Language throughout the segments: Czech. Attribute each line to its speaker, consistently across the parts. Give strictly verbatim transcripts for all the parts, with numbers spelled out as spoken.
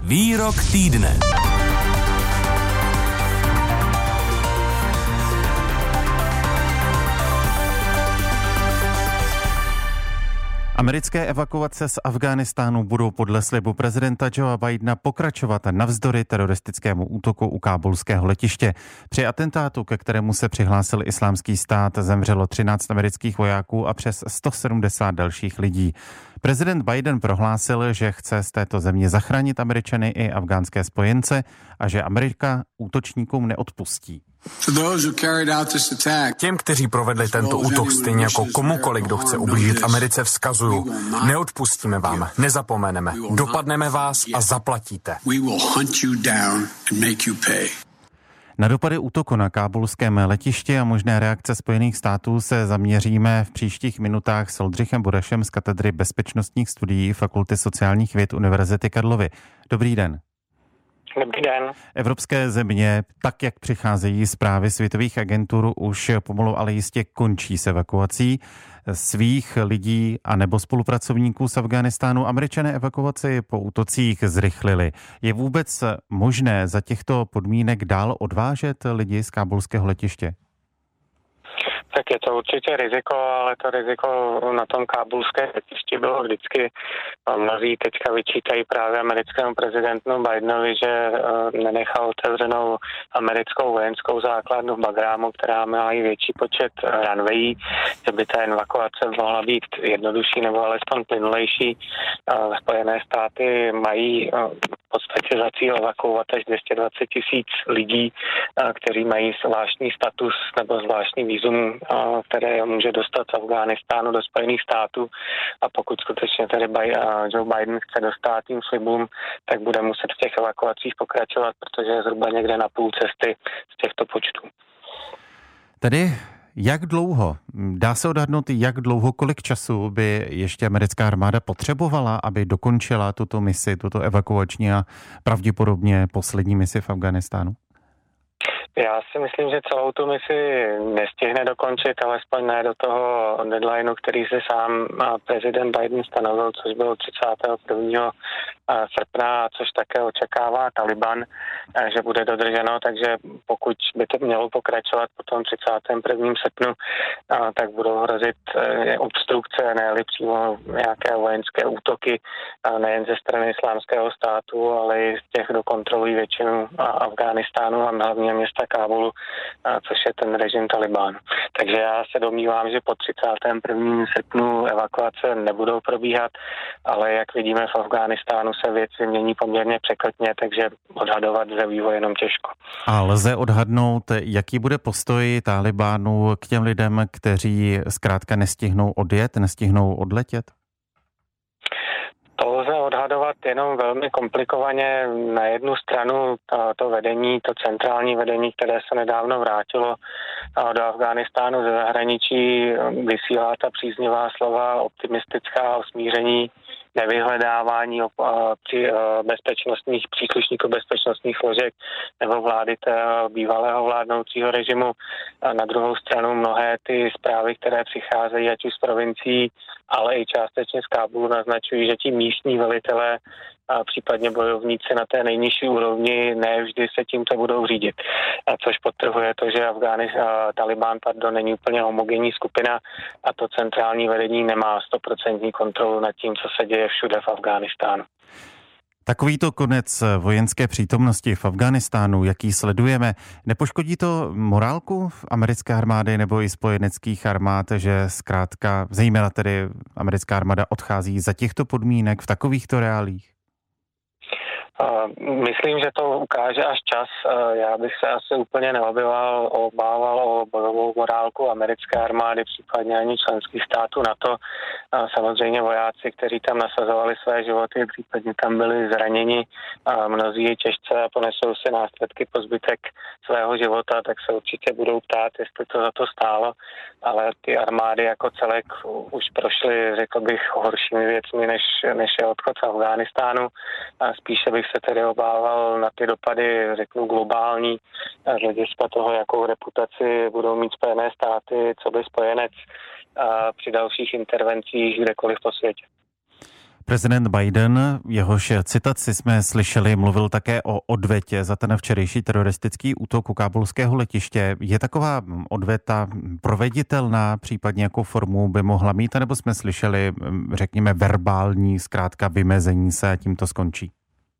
Speaker 1: Výrok týdne.
Speaker 2: Americké evakuace z Afghánistánu budou podle slibu prezidenta Joea Bidena pokračovat navzdory teroristickému útoku u kábulského letiště. Při atentátu, ke kterému se přihlásil Islámský stát, zemřelo třináct amerických vojáků a přes sto sedmdesát dalších lidí. Prezident Biden prohlásil, že chce z této země zachránit Američany i afgánské spojence a že Amerika útočníkům neodpustí.
Speaker 3: Těm, kteří provedli tento útok, stejně jako komukoliv, kdo chce ublížit Americe, vzkazuju: neodpustíme vám, nezapomeneme, dopadneme vás a zaplatíte.
Speaker 2: Na dopady útoku na kábulském letišti a možné reakce Spojených států se zaměříme v příštích minutách s Oldřichem Burešem z katedry bezpečnostních studií Fakulty sociálních věd Univerzity Karlovy. Dobrý den.
Speaker 4: Dobrý den.
Speaker 2: Evropské země, tak jak přicházejí zprávy světových agentur, už pomalu ale jistě končí s evakuací svých lidí a nebo spolupracovníků z Afghánistánu. Američané evakuaci po útocích zrychlili. Je vůbec možné za těchto podmínek dál odvážet lidi z kábulského letiště?
Speaker 4: Tak je to určitě riziko, ale to riziko na tom kábulské letišti bylo vždycky. Mnozí teďka vyčítají právě americkému prezidentu Bidenovi, že nenechal otevřenou americkou vojenskou základnu v Bagrámu, která má i větší počet runwayí, že by ta evakuace mohla být jednodušší nebo alespoň plynulejší. Spojené státy mají v podstatě za cíl evakuovat až dvě stě dvacet tisíc lidí, kteří mají zvláštní status nebo zvláštní vízum, které může dostat z Afghánistánu do Spojených států, a pokud skutečně tedy Joe Biden chce dostat tím slibům, tak bude muset v těch evakuacích pokračovat, protože je zhruba někde na půl cesty z těchto počtů.
Speaker 2: Tedy jak dlouho, dá se odhadnout, jak dlouho, kolik času by ještě americká armáda potřebovala, aby dokončila tuto misi, tuto evakuační a pravděpodobně poslední misi v Afghánistánu?
Speaker 4: Já si myslím, že celou tu misi nestihne dokončit, alespoň ne do toho deadlineu, který si sám prezident Biden stanovil, což bylo třicátého prvního srpna, což také očekává Taliban, že bude dodrženo, takže pokud by to mělo pokračovat po tom třicátém prvním srpnu, tak budou hrozit obstrukce, ne-li přímo nějaké vojenské útoky, nejen ze strany Islámského státu, ale i z těch, kdo kontrolují většinu Afghánistánu a hlavně města Kábulu, což je ten režim Talibánu. Takže já se domnívám, že po třicátém prvním srpnu evakuace nebudou probíhat, ale jak vidíme v Afghánistánu se věci mění poměrně překotně, takže odhadovat lze vývoj jenom těžko.
Speaker 2: A lze odhadnout, jaký bude postoj Talibánu k těm lidem, kteří zkrátka nestihnou odjet, nestihnou odletět?
Speaker 4: To lze odhadovat jenom velmi komplikovaně. Na jednu stranu to, to vedení, to centrální vedení, které se nedávno vrátilo do Afghánistánu ze zahraničí, vysílá ta příznivá slova, optimistická o smíření, nevyhledávání při bezpečnostních příslušníků bezpečnostních složek nebo vlády tého bývalého vládnoucího režimu. A na druhou stranu mnohé ty zprávy, které přicházejí ať už z provincií, ale i částečně z Kábulu, naznačují, že ti místní velitelé a případně bojovníci na té nejnižší úrovni ne vždy se tímto budou řídit. A což podtrhuje to, že Afgánis, Talibán pardon, není úplně homogenní skupina a to centrální vedení nemá stoprocentní kontrolu nad tím, co se děje všude v Afghánistánu.
Speaker 2: Takovýto konec vojenské přítomnosti v Afghánistánu, jaký sledujeme, nepoškodí to morálku americké armády nebo i spojeneckých armád, že zkrátka, zejména tedy americká armáda odchází za těchto podmínek v takovýchto reálích?
Speaker 4: Myslím, že to ukáže až čas. Já bych se asi úplně neobával, obával o bojovou morálku americké armády, případně ani členských států NATO. Samozřejmě vojáci, kteří tam nasazovali své životy, případně tam byli zraněni, mnozí je těžce a ponesou si následky po zbytek svého života, tak se určitě budou ptát, jestli to za to stálo. Ale ty armády jako celek už prošly, řekl bych, horšími věcmi, než, než je odchod z Afghánistánu. Spíše bych se tedy obával na ty dopady, řeknu, globální, z hlediska toho, jakou reputaci budou mít Spojené státy, co by spojenec při dalších intervencích kdekoliv po světě.
Speaker 2: Prezident Biden, jehož citaci jsme slyšeli, mluvil také o odvetě za ten včerejší teroristický útok u kábulského letiště. Je taková odveta proveditelná, případně jakou formu by mohla mít, anebo jsme slyšeli, řekněme, verbální, zkrátka vymezení se a tím to skončí?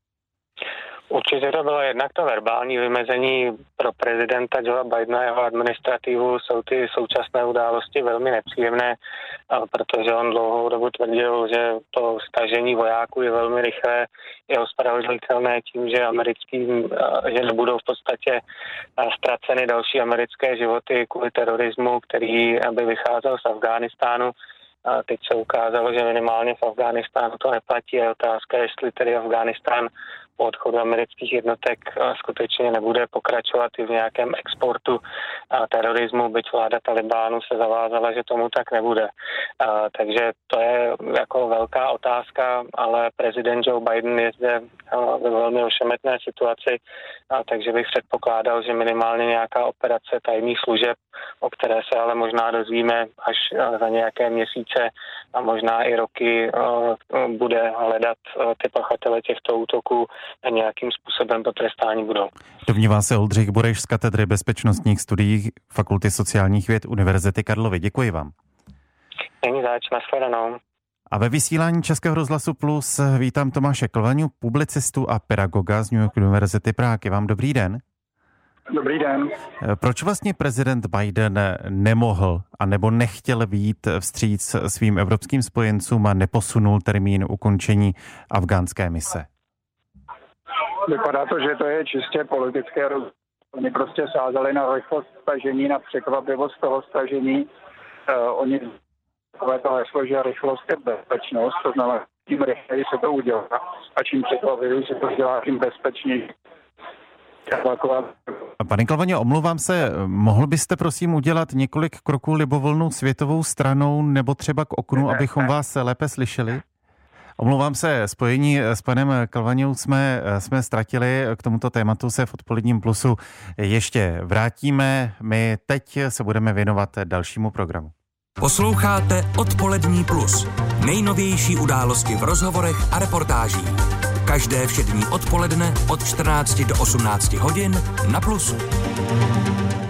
Speaker 4: Určitě to bylo jednak to verbální vymezení pro prezidenta Joea Bidena a jeho administrativu. Jsou ty současné události velmi nepříjemné, protože on dlouhou dobu tvrdil, že to stažení vojáků je velmi rychlé, je ospravedlnitelné tím, že americký, že nebudou v podstatě ztraceny další americké životy kvůli terorismu, který by vycházel z Afghánistánu. A teď se ukázalo, že minimálně v Afghánistánu to neplatí. A otázka, jestli tedy Afghánistán po odchodu amerických jednotek skutečně nebude pokračovat i v nějakém exportu terorismu, byť vláda Talibánu se zavázala, že tomu tak nebude. A, takže to je jako velká otázka, ale prezident Joe Biden je zde ve velmi ošemetné situaci, a takže bych předpokládal, že minimálně nějaká operace tajných služeb, o které se ale možná dozvíme až za nějaké měsíce a možná i roky, bude hledat ty pachatele těchto útoků a nějakým způsobem potrestání budou.
Speaker 2: Domnívá se Oldřich Bureš z katedry bezpečnostních studií Fakulty sociálních věd Univerzity Karlovy. Děkuji vám.
Speaker 4: Není zač, nashledanou.
Speaker 2: A ve vysílání Českého rozhlasu Plus vítám Tomáše Klvaňu, publicistu a pedagoga z New York Univerzity Prague. Vám dobrý den.
Speaker 1: Dobrý den.
Speaker 2: Proč vlastně prezident Biden nemohl a nebo nechtěl vyjít vstříc svým evropským spojencům a neposunul termín ukončení afghánské mise?
Speaker 1: Vypadá to, že to je čistě politické rozhodnutí. Oni prostě sázeli na rychlost stažení, na překvapivost toho stažení. Uh, oni takové to heslo, že rychlost je bezpečnost, to znamená, tím rychleji se to udělá a čím překvapivěji se to dělá, tím bezpečněji.
Speaker 2: Pane Klvaňo, omlouvám se, mohl byste prosím udělat několik kroků libovolnou světovou stranou nebo třeba k oknu, ne, abychom ne. vás lépe slyšeli? Omlouvám se, spojení s panem Klvaňou jsme, jsme ztratili, k tomuto tématu se v Odpoledním plusu ještě vrátíme. My teď se budeme věnovat dalšímu programu.
Speaker 5: Posloucháte Odpolední plus. Nejnovější události v rozhovorech a reportážích. Každé všední odpoledne od čtrnácti do osmnácti hodin na Plusu.